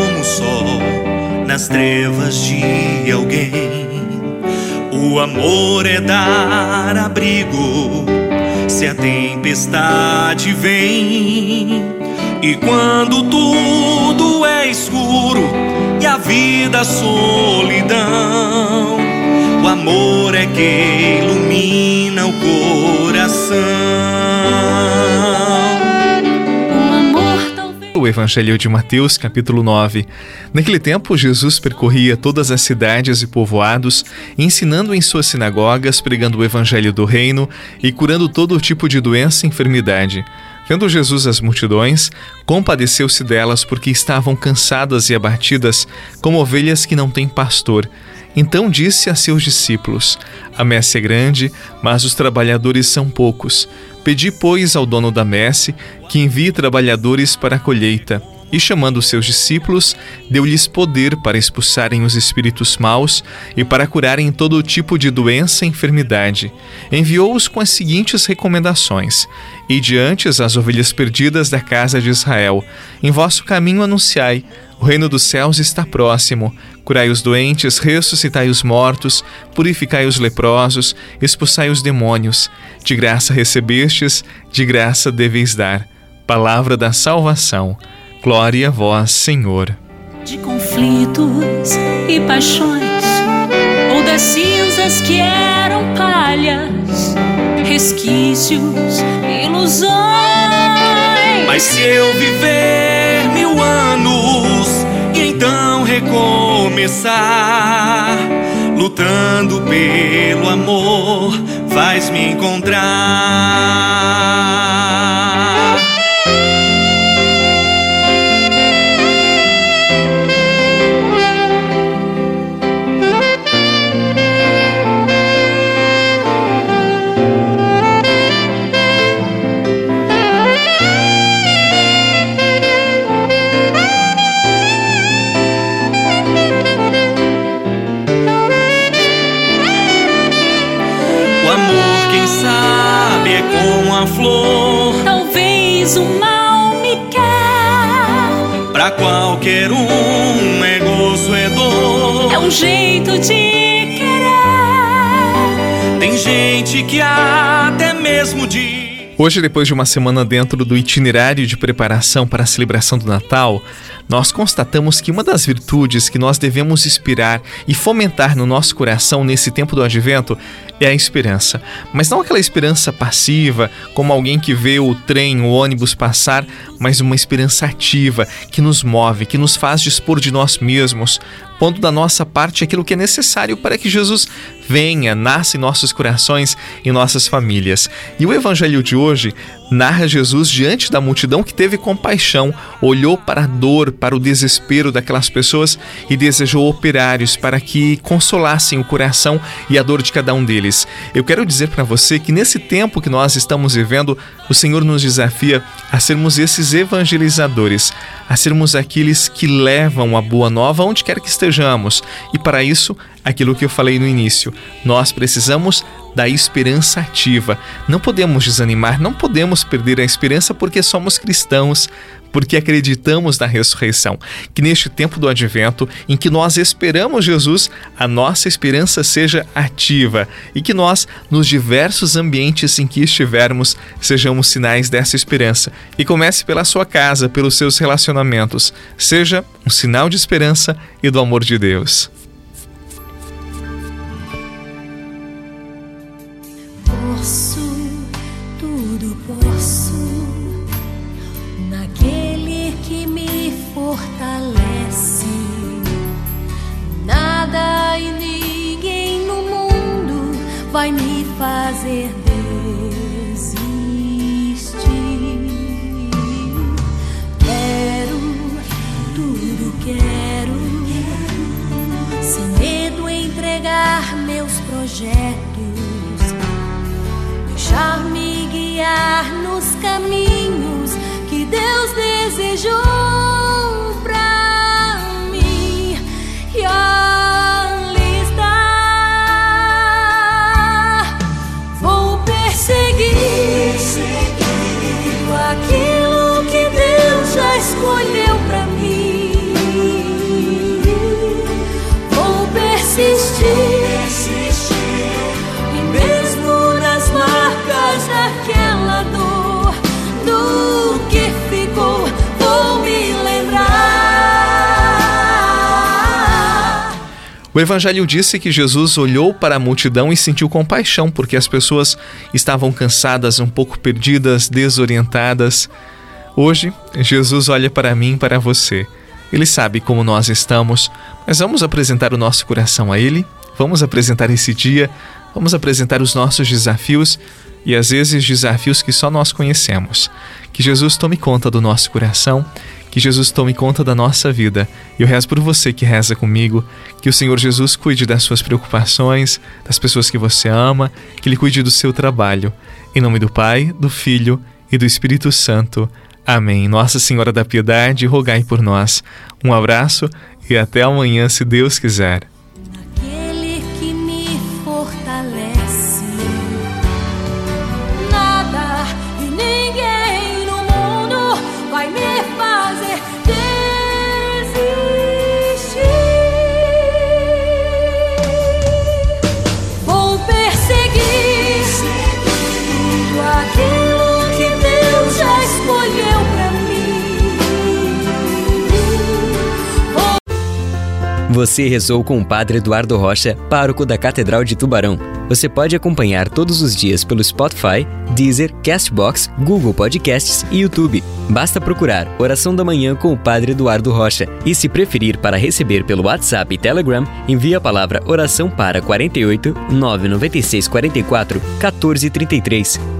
como o sol nas trevas de alguém. O amor é dar abrigo se a tempestade vem. E quando tudo é escuro e a vida solidão, o amor é que ilumina o coração. O Evangelho de Mateus, capítulo 9. Naquele tempo, Jesus percorria todas as cidades e povoados, ensinando em suas sinagogas, pregando o Evangelho do Reino e curando todo tipo de doença e enfermidade. Vendo Jesus as multidões, compadeceu-se delas porque estavam cansadas e abatidas, como ovelhas que não têm pastor. Então disse a seus discípulos: A messe é grande, mas os trabalhadores são poucos. Pedi, pois, ao dono da messe que envie trabalhadores para a colheita. E chamando os seus discípulos, deu-lhes poder para expulsarem os espíritos maus e para curarem todo tipo de doença e enfermidade. Enviou-os com as seguintes recomendações: Ide antes as ovelhas perdidas da casa de Israel. Em vosso caminho anunciai: o reino dos céus está próximo. Curai os doentes, ressuscitai os mortos, purificai os leprosos, expulsai os demônios. De graça recebestes, de graça deveis dar. Palavra da salvação. Glória a vós, Senhor. De conflitos e paixões, ou das cinzas que eram palhas, resquícios, ilusões. Mas se eu viver 1000 anos e então recomeçar, lutando pelo amor, faz-me encontrar. Sabe, é com a flor. Talvez o mal me quer. Pra qualquer um é gozo, é dor. É um jeito de querer. Tem gente que até mesmo diz. Hoje, depois de uma semana dentro do itinerário de preparação para a celebração do Natal, nós constatamos que uma das virtudes que nós devemos inspirar e fomentar no nosso coração nesse tempo do Advento é a esperança. Mas não aquela esperança passiva, como alguém que vê o trem, o ônibus passar, mas uma esperança ativa, que nos move, que nos faz dispor de nós mesmos, pondo da nossa parte aquilo que é necessário para que Jesus venha, nasça em nossos corações e nossas famílias. E o Evangelho de hoje narra Jesus diante da multidão que teve compaixão, olhou para a dor, para o desespero daquelas pessoas e desejou operários para que consolassem o coração e a dor de cada um deles. Eu quero dizer para você que nesse tempo que nós estamos vivendo, o Senhor nos desafia a sermos esses evangelizadores, a sermos aqueles que levam a boa nova onde quer que estejamos. E para isso, aquilo que eu falei no início, nós precisamos da esperança ativa. Não podemos desanimar, não podemos perder a esperança porque somos cristãos, porque acreditamos na ressurreição. Que neste tempo do Advento, em que nós esperamos Jesus, a nossa esperança seja ativa e que nós, nos diversos ambientes em que estivermos, sejamos sinais dessa esperança. E comece pela sua casa, pelos seus relacionamentos. Seja um sinal de esperança e do amor de Deus. Tudo posso naquele que me fortalece. Nada e ninguém no mundo vai me fazer desistir. Quero, sem medo entregar meus projetos, deixar-me guiar nos caminhos que Deus desejou pra mim. E ali está, vou O Evangelho disse que Jesus olhou para a multidão e sentiu compaixão, porque as pessoas estavam cansadas, um pouco perdidas, desorientadas. Hoje, Jesus olha para mim e para você. Ele sabe como nós estamos, mas vamos apresentar o nosso coração a Ele, vamos apresentar esse dia, vamos apresentar os nossos desafios e às vezes desafios que só nós conhecemos. Que Jesus tome conta do nosso coração, que Jesus tome conta da nossa vida. E eu rezo por você que reza comigo, que o Senhor Jesus cuide das suas preocupações, das pessoas que você ama, que Ele cuide do seu trabalho. Em nome do Pai, do Filho e do Espírito Santo. Amém. Nossa Senhora da Piedade, rogai por nós. Um abraço e até amanhã, se Deus quiser. Aquele que me fortalece, nada e ninguém no mundo vai me fazer desistir. Vou perseguir tudo aquilo que Deus já escolheu pra mim. Você rezou com o Padre Eduardo Rocha, pároco da Catedral de Tubarão. Você pode acompanhar todos os dias pelo Spotify, Deezer, Castbox, Google Podcasts e YouTube. Basta procurar Oração da Manhã com o Padre Eduardo Rocha. E se preferir para receber pelo WhatsApp e Telegram, envie a palavra oração para 48 996 44 14 33.